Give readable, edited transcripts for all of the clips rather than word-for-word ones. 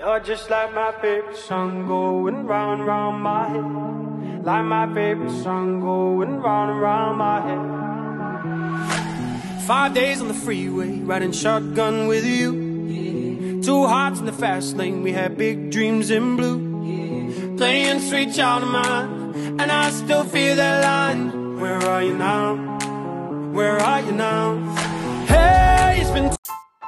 You're just like my favorite song going round and round my head. Like my favorite song going round and round my head. 5 days on the freeway, riding shotgun with you. Yeah. 2 hearts in the fast lane, we had big dreams in blue. Yeah. Playing sweet child of mine, and I still feel that line. Where are you now? Where are you now? Hey, it's been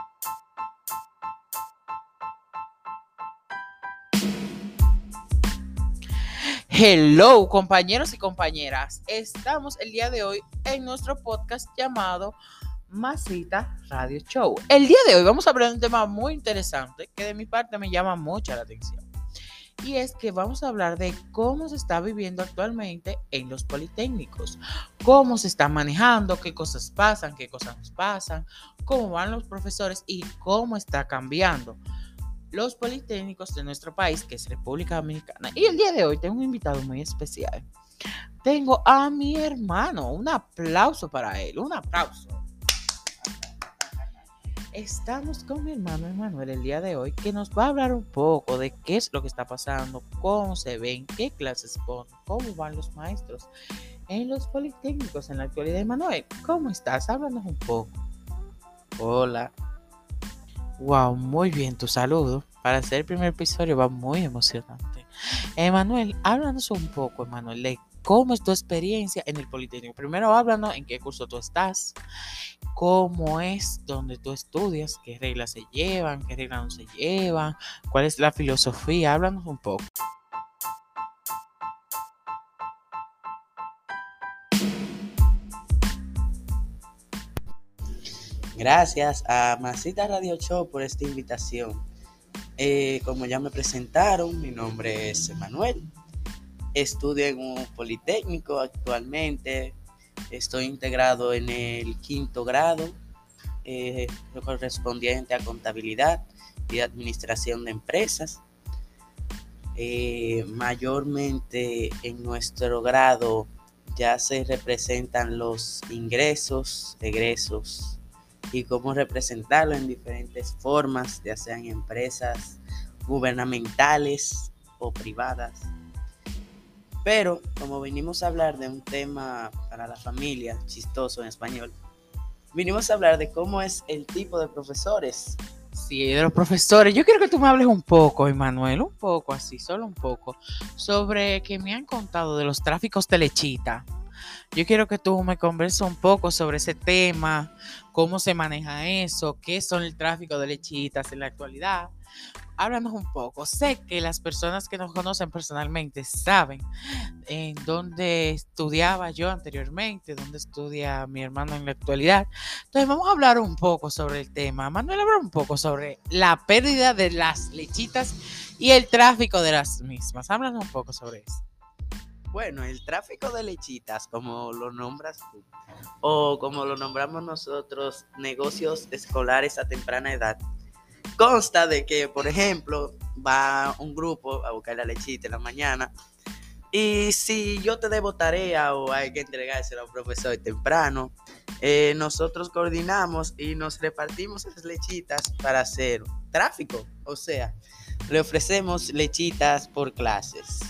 Hello, compañeros y compañeras. Estamos el día de hoy en nuestro podcast llamado Masita Radio Show. El día de hoy vamos a hablar de un tema muy interesante que de mi parte me llama mucho la atención. Y es que vamos a hablar de cómo se está viviendo actualmente en los politécnicos, cómo se está manejando, qué cosas pasan, qué cosas nos pasan, cómo van los profesores y cómo está cambiando los politécnicos de nuestro país, que es República Dominicana. Y el día de hoy tengo un invitado muy especial. Tengo a mi hermano. Un aplauso para él. Un aplauso. Estamos con mi hermano Emanuel el día de hoy, que nos va a hablar un poco de qué es lo que está pasando, cómo se ven, qué clases ponen, cómo van los maestros en los politécnicos en la actualidad. Emanuel, ¿cómo estás? Háblanos un poco. Hola. Wow, muy bien tu saludo. Para hacer el primer episodio va muy emocionante. Emanuel, háblanos un poco, Emanuel, de cómo es tu experiencia en el Politécnico. Primero háblanos en qué curso tú estás, cómo es donde tú estudias, qué reglas se llevan, qué reglas no se llevan, cuál es la filosofía. Háblanos un poco. Gracias a Masita Radio Show por esta invitación. Como ya me presentaron, mi nombre es Emanuel. Estudio en un politécnico actualmente. Estoy integrado en el 5º grado, lo correspondiente a contabilidad y administración de empresas. Mayormente en nuestro grado ya se representan los ingresos, egresos, y cómo representarlo en diferentes formas, ya sean empresas gubernamentales o privadas. Pero como venimos a hablar de un tema para la familia, chistoso en español, vinimos a hablar de cómo es el tipo de profesores. Sí, de los profesores. Yo quiero que tú me hables un poco, Emanuel, un poco así, solo un poco, sobre que me han contado de los tráficos de lechita. Yo quiero que tú me converses un poco sobre ese tema, cómo se maneja eso, qué son el tráfico de lechitas en la actualidad. Háblanos un poco. Sé que las personas que nos conocen personalmente saben en dónde estudiaba yo anteriormente, dónde estudia mi hermano en la actualidad. Entonces vamos a hablar un poco sobre el tema. Manuel, habla un poco sobre la pérdida de las lechitas y el tráfico de las mismas. Háblanos un poco sobre eso. Bueno, el tráfico de lechitas, como lo nombras tú, o como lo nombramos nosotros, negocios escolares a temprana edad, consta de que, por ejemplo, va un grupo a buscar la lechita en la mañana, y si yo te debo tarea o hay que entregársela a un profesor temprano, nosotros coordinamos y nos repartimos esas lechitas para hacer tráfico. O sea, le ofrecemos lechitas por clases.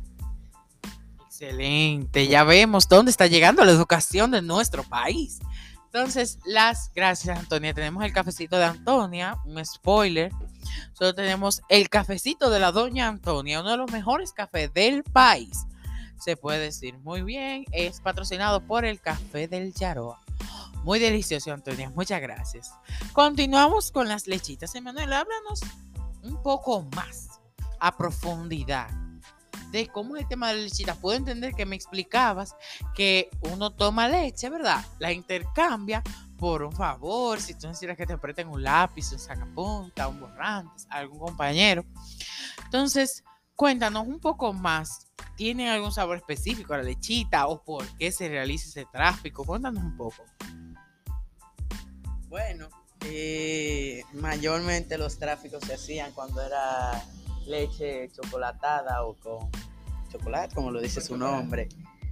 Excelente, ya vemos dónde está llegando la educación de nuestro país. Entonces, las gracias, Antonia. Tenemos el cafecito de Antonia, un spoiler. Solo tenemos el cafecito de la doña Antonia, uno de los mejores cafés del país. Se puede decir muy bien, es patrocinado por el Café del Yaroa. Muy delicioso, Antonia, muchas gracias. Continuamos con las lechitas. Emanuel, háblanos un poco más a profundidad de cómo es el tema de la lechita. Puedo entender que me explicabas que uno toma leche, ¿verdad? La intercambia por un favor, si tú necesitas que te presten un lápiz, un sacapunta, un borrante, algún compañero. Entonces, cuéntanos un poco más. ¿Tiene algún sabor específico la lechita o por qué se realiza ese tráfico? Cuéntanos un poco. Bueno, mayormente los tráficos se hacían cuando era leche chocolatada o con chocolate, como lo dice su nombre.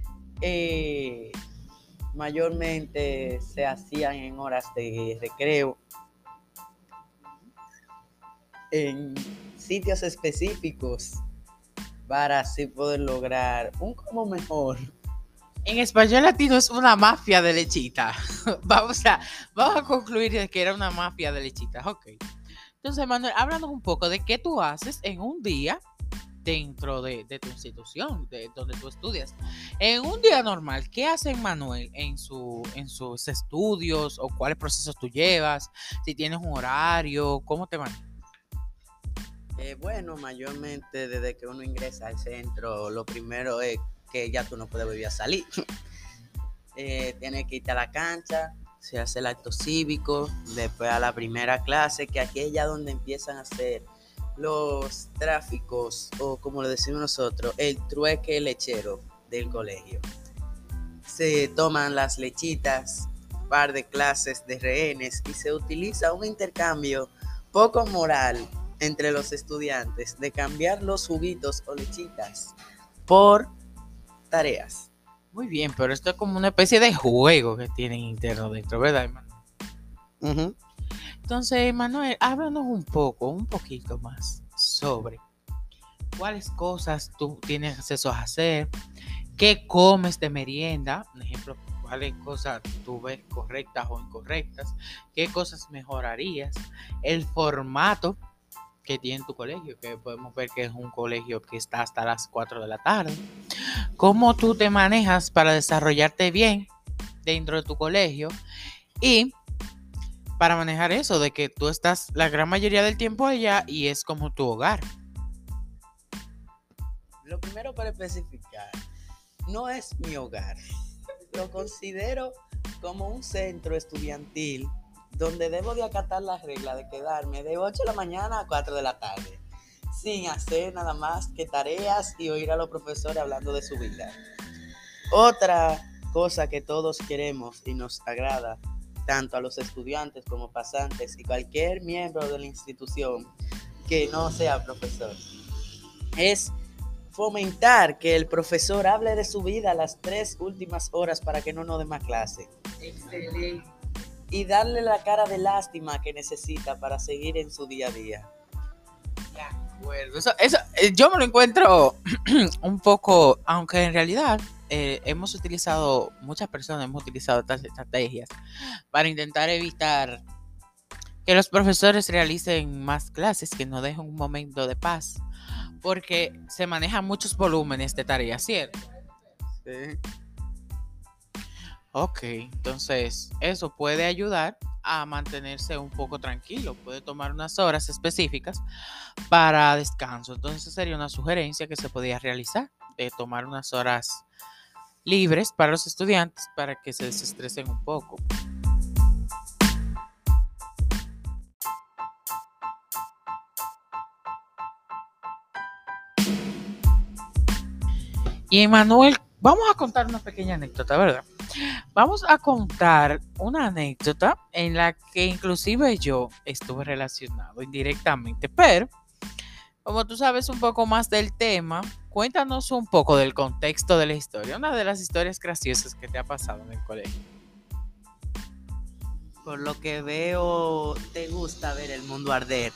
Mayormente se hacían en horas de recreo. en sitios específicos para así poder lograr un como mejor. En español latino es una mafia de lechitas. Vamos a concluir de que era una mafia de lechitas. Ok. Entonces, Manuel, háblanos un poco de qué tú haces en un día dentro de tu institución, de donde tú estudias. En un día normal, ¿qué hace Manuel en sus estudios o cuáles procesos tú llevas? Si tienes un horario, ¿cómo te manejas? Bueno, mayormente desde que uno ingresa al centro, lo primero es que ya tú no puedes volver a salir. Tienes que irte a la cancha, se hace el acto cívico, después a la primera clase, que aquí es ya donde empiezan a hacer los tráficos, o como lo decimos nosotros, el trueque lechero del colegio. Se toman las lechitas, par de clases de rehenes y se utiliza un intercambio poco moral entre los estudiantes de cambiar los juguitos o lechitas por tareas. Muy bien, pero esto es como una especie de juego que tienen interno dentro, ¿verdad, hermano? Uh-huh. Entonces, Manuel, háblanos un poquito más sobre cuáles cosas tú tienes acceso a hacer, qué comes de merienda, por ejemplo, cuáles cosas tú ves correctas o incorrectas, qué cosas mejorarías, el formato que tiene tu colegio, que podemos ver que es un colegio que está hasta las 4 de la tarde. ¿Cómo tú te manejas para desarrollarte bien dentro de tu colegio? Y para manejar eso, de que tú estás la gran mayoría del tiempo allá y es como tu hogar. Lo primero para especificar, no es mi hogar. Lo considero como un centro estudiantil donde debo de acatar la regla de quedarme de 8 de la mañana a 4 de la tarde, sin hacer nada más que tareas y oír a los profesores hablando de su vida. Otra cosa que todos queremos y nos agrada, tanto a los estudiantes como pasantes y cualquier miembro de la institución que no sea profesor, es fomentar que el profesor hable de su vida las 3 últimas horas para que no nos dé más clase. Excelente. Y darle la cara de lástima que necesita para seguir en su día a día. De acuerdo. Eso, yo me lo encuentro un poco, aunque en realidad muchas personas hemos utilizado estas estrategias para intentar evitar que los profesores realicen más clases, que nos dejen un momento de paz, porque se manejan muchos volúmenes de tareas, ¿cierto? Sí. Ok, entonces eso puede ayudar a mantenerse un poco tranquilo, puede tomar unas horas específicas para descanso. Entonces sería una sugerencia que se podía realizar, de tomar unas horas libres para los estudiantes para que se desestresen un poco. Y Manuel, vamos a contar una pequeña anécdota, ¿verdad? Vamos a contar una anécdota en la que inclusive yo estuve relacionado indirectamente, pero como tú sabes un poco más del tema, cuéntanos un poco del contexto de la historia, una de las historias graciosas que te ha pasado en el colegio. Por lo que veo, te gusta ver el mundo arder.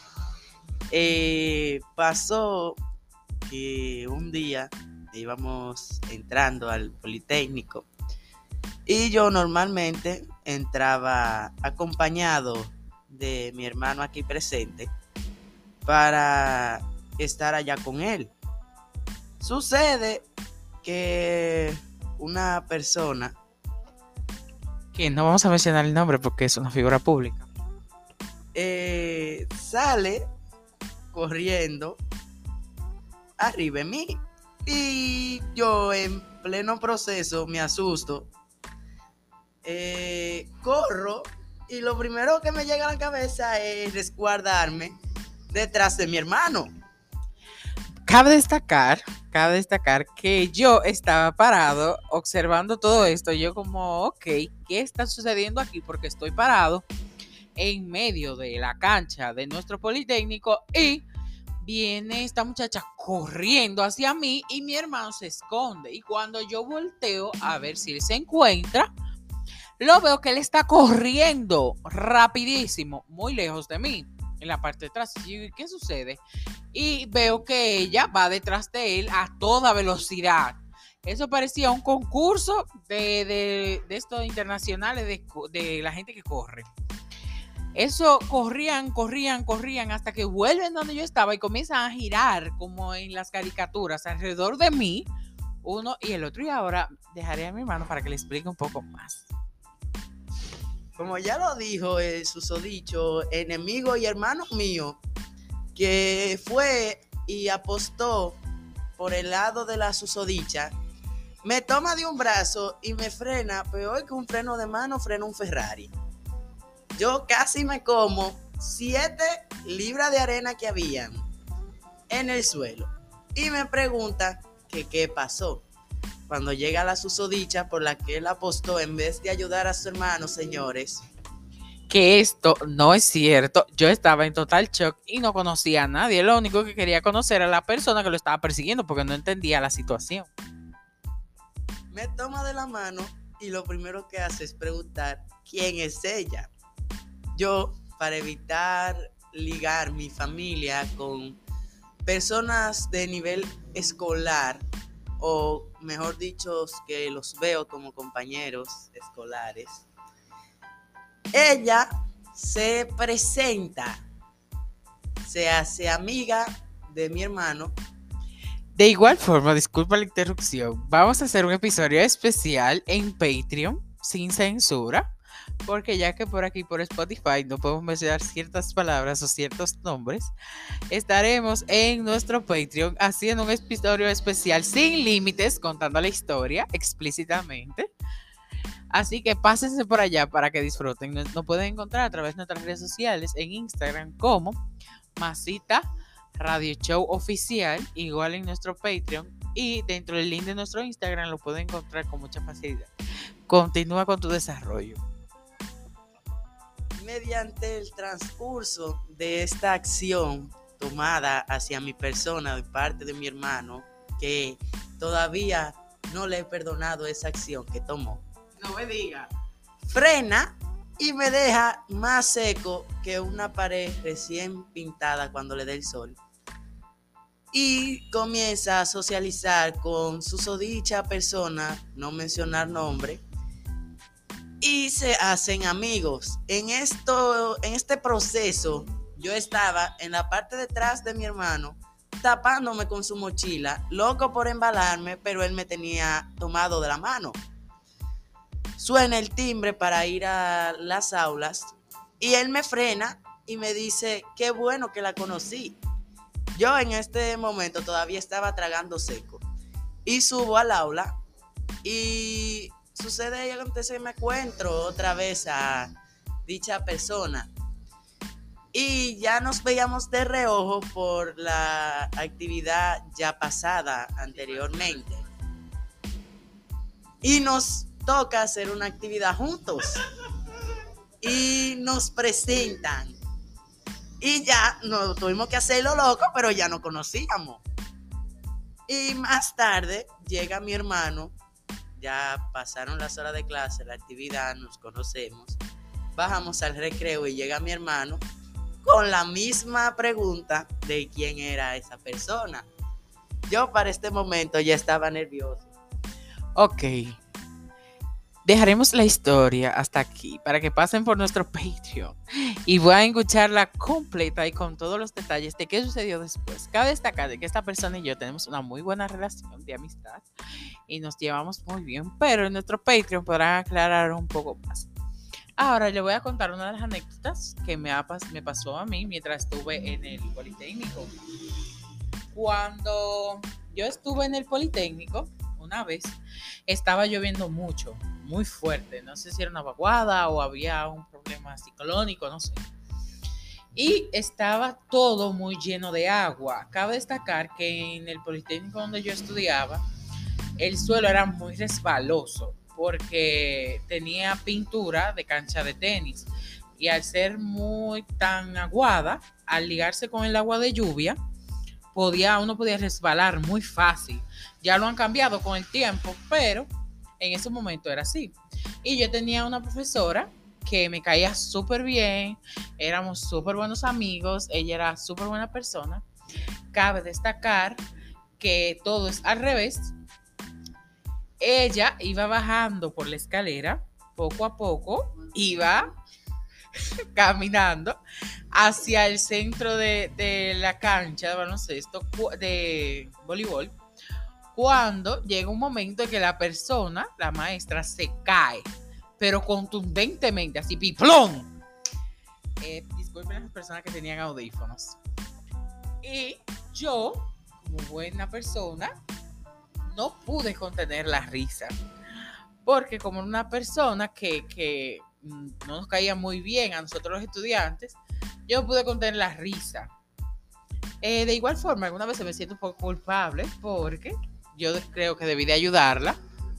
Pasó que un día íbamos entrando al Politécnico y yo normalmente entraba acompañado de mi hermano aquí presente para estar allá con él. Sucede que una persona, Que no vamos a mencionar el nombre porque es una figura pública, sale corriendo arriba de mí y yo en pleno proceso me asusto, corro y lo primero que me llega a la cabeza es resguardarme detrás de mi hermano. Cabe destacar que yo estaba parado observando todo esto. Yo como, ok, ¿qué está sucediendo aquí? Porque estoy parado en medio de la cancha de nuestro Politécnico y viene esta muchacha corriendo hacia mí y mi hermano se esconde. Y cuando yo volteo a ver si él se encuentra, lo veo que él está corriendo rapidísimo, muy lejos de mí. en la parte de atrás. ¿Y qué sucede? Y veo que ella va detrás de él a toda velocidad. Eso parecía un concurso de estos internacionales de la gente que corre. Eso corrían hasta que vuelven donde yo estaba y comienzan a girar como en las caricaturas alrededor de mí, uno y el otro. Y ahora dejaré a mi hermano para que le explique un poco más. Como ya lo dijo el susodicho enemigo y hermano mío, que fue y apostó por el lado de la susodicha, me toma de un brazo y me frena, peor que un freno de mano, frena un Ferrari. Yo casi me como 7 libras de arena que habían en el suelo. Y me pregunta que qué pasó. Cuando llega la susodicha por la que él apostó, en vez de ayudar a su hermano, señores. Que esto no es cierto. Yo estaba en total shock y no conocía a nadie. Lo único que quería conocer era la persona que lo estaba persiguiendo porque no entendía la situación. Me toma de la mano y lo primero que hace es preguntar quién es ella. Yo, para evitar ligar mi familia con personas de nivel escolar, o mejor dicho, que los veo como compañeros escolares, ella se presenta, se hace amiga de mi hermano. De igual forma, disculpa la interrupción, vamos a hacer un episodio especial en Patreon, sin censura, porque ya que por aquí, por Spotify, no podemos mencionar ciertas palabras o ciertos nombres, estaremos en nuestro Patreon haciendo un episodio especial sin límites, contando la historia explícitamente. Así que pásense por allá para que disfruten. Nos pueden encontrar a través de nuestras redes sociales en Instagram como Masita Radio Show Oficial, igual en nuestro Patreon, y dentro del link de nuestro Instagram lo pueden encontrar con mucha facilidad. Continúa con tu desarrollo. Mediante el transcurso de esta acción tomada hacia mi persona de parte de mi hermano, que todavía no le he perdonado esa acción que tomó. No me diga. Frena y me deja más seco que una pared recién pintada cuando le dé el sol. Y comienza a socializar con susodicha persona, no mencionar nombre, y se hacen amigos. En este proceso, yo estaba en la parte de atrás de mi hermano, tapándome con su mochila, loco por embalarme, pero él me tenía tomado de la mano. Suena el timbre para ir a las aulas y él me frena y me dice, qué bueno que la conocí. Yo en este momento todavía estaba tragando seco y subo al aula y sucede y acontece, me encuentro otra vez a dicha persona y ya nos veíamos de reojo por la actividad ya pasada anteriormente y nos toca hacer una actividad juntos y nos presentan y ya no tuvimos que hacerlo loco, pero ya nos conocíamos. Y más tarde llega mi hermano, ya pasaron las horas de clase, la actividad, nos conocemos, bajamos al recreo y llega mi hermano con la misma pregunta de quién era esa persona. Yo para este momento ya estaba nervioso. Ok. Dejaremos la historia hasta aquí para que pasen por nuestro Patreon y puedan escucharla completa y con todos los detalles de qué sucedió después. Cabe destacar de que esta persona y yo tenemos una muy buena relación de amistad y nos llevamos muy bien, pero en nuestro Patreon podrán aclarar un poco más. Ahora le voy a contar una de las anécdotas que me pasó a mí mientras estuve en el Politécnico. Cuando yo estuve en el Politécnico, una vez estaba lloviendo mucho, muy fuerte, no sé si era una vaguada o había un problema ciclónico, no sé, y estaba todo muy lleno de agua. Cabe destacar que en el Politécnico donde yo estudiaba el suelo era muy resbaloso porque tenía pintura de cancha de tenis y al ser muy tan aguada, al ligarse con el agua de lluvia uno podía resbalar muy fácil. Ya lo han cambiado con el tiempo, pero en ese momento era así. Y yo tenía una profesora que me caía súper bien, éramos súper buenos amigos, ella era súper buena persona. Cabe destacar que todo es al revés. Ella iba bajando por la escalera, poco a poco, iba caminando hacia el centro de la cancha de baloncesto, de voleibol, cuando llega un momento en que la persona, la maestra, se cae, pero contundentemente, así, piplón. Disculpen a las personas que tenían audífonos. Y yo, como buena persona, no pude contener la risa, porque como una persona que no nos caía muy bien a nosotros los estudiantes, yo no pude contener la risa. De igual forma, algunas veces me siento un poco culpable porque yo creo que debí de ayudarla,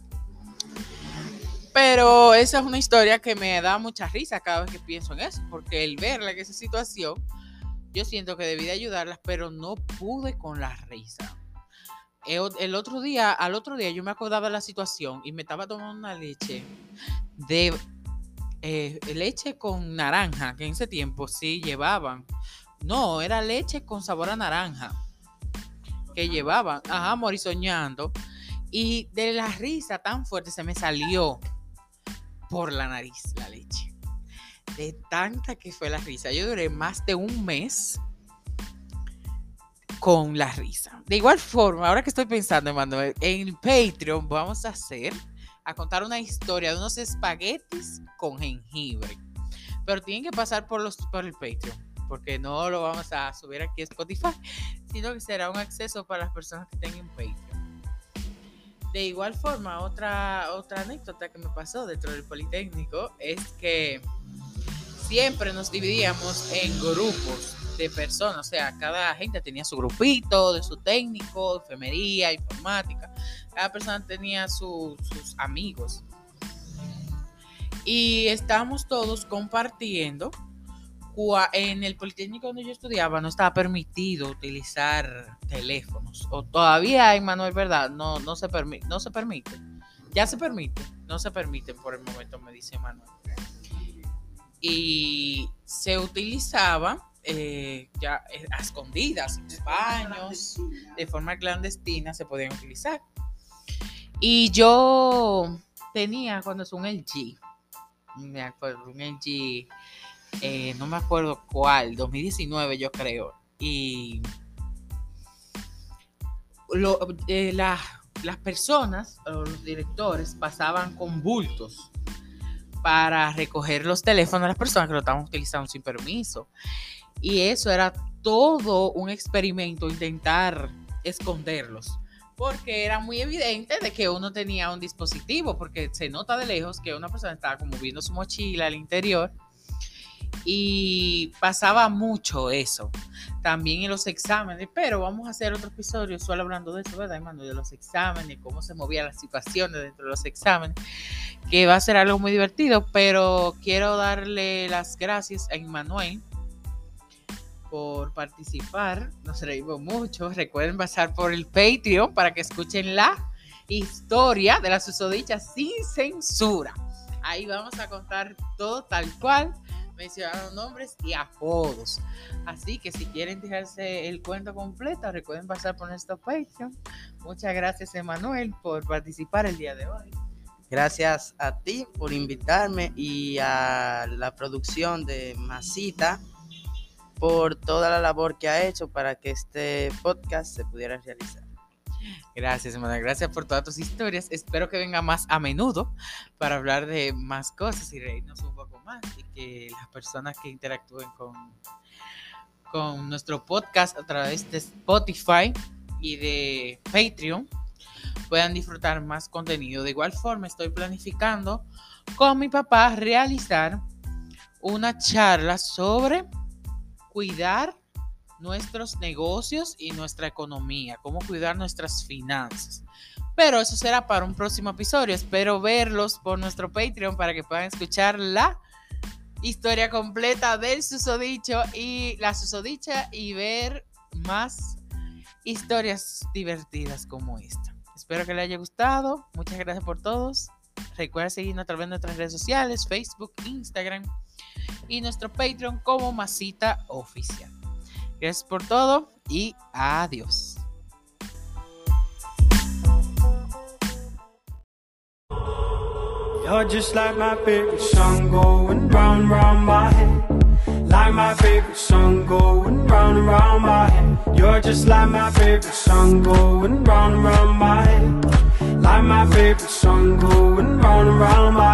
pero esa es una historia que me da mucha risa cada vez que pienso en eso, porque el verla en esa situación, yo siento que debí de ayudarla, pero no pude con la risa. Al otro día yo me acordaba de la situación y me estaba tomando una leche de leche con naranja, que en ese tiempo sí llevaban. No, era leche con sabor a naranja que llevaban, morisoñando, y de la risa tan fuerte se me salió por la nariz la leche. De tanta que fue la risa, yo duré más de un mes con la risa. De igual forma, ahora que estoy pensando, Emanuel, en Patreon vamos a contar una historia de unos espaguetis con jengibre, pero tienen que pasar por el Patreon, porque no lo vamos a subir aquí a Spotify, sino que será un acceso para las personas que tengan Patreon. De igual forma, otra anécdota que me pasó dentro del Politécnico es que siempre nos dividíamos en grupos de personas, o sea, cada gente tenía su grupito, de su técnico, enfermería, informática, cada persona tenía sus amigos. Y estábamos todos compartiendo. En el Politécnico donde yo estudiaba no estaba permitido utilizar teléfonos, o todavía hay, Manuel, ¿verdad? No se permite. Ya se permite, no se permiten por el momento, me dice Manuel. Y se utilizaba ya a escondidas, en baños, de forma clandestina se podían utilizar. Y yo tenía cuando es un LG, me acuerdo, un LG, no me acuerdo cuál, 2019 yo creo, y las personas, los directores, pasaban con bultos para recoger los teléfonos de las personas que lo estaban utilizando sin permiso. Y eso era todo un experimento, intentar esconderlos, porque era muy evidente de que uno tenía un dispositivo, porque se nota de lejos que una persona estaba como moviendo su mochila al interior, y pasaba mucho eso. También en los exámenes, pero vamos a hacer otro episodio solo hablando de eso, ¿verdad, hermano? De los exámenes, cómo se movían las situaciones dentro de los exámenes, que va a ser algo muy divertido, pero quiero darle las gracias a Emmanuel por participar. Nos reímos mucho. Recuerden pasar por el Patreon para que escuchen la historia de la susodicha sin censura. Ahí vamos a contar todo tal cual, mencionando nombres y apodos. Así que si quieren dejarse el cuento completo, recuerden pasar por nuestro Patreon. Muchas gracias, Emmanuel, por participar el día de hoy. Gracias a ti por invitarme y a la producción de Masita por toda la labor que ha hecho para que este podcast se pudiera realizar. Gracias, hermana. Gracias por todas tus historias. Espero que venga más a menudo para hablar de más cosas y reírnos un poco más, y que las personas que interactúen con nuestro podcast a través de Spotify y de Patreon puedan disfrutar más contenido. De igual forma, estoy planificando con mi papá realizar una charla sobre cuidar nuestros negocios y nuestra economía, cómo cuidar nuestras finanzas. Pero eso será para un próximo episodio. Espero verlos por nuestro Patreon para que puedan escuchar la historia completa del susodicho y la susodicha y ver más historias divertidas como esta. Espero que les haya gustado. Muchas gracias por todos. Recuerda seguirnos a través de nuestras redes sociales, Facebook, Instagram y nuestro Patreon como Masita Oficial. Gracias por todo y adiós. You're just like my favorite song going round and round my head. Like my favorite song going round and round my head. You're just like my favorite song going round and round my head. Like my favorite song going round and round my head.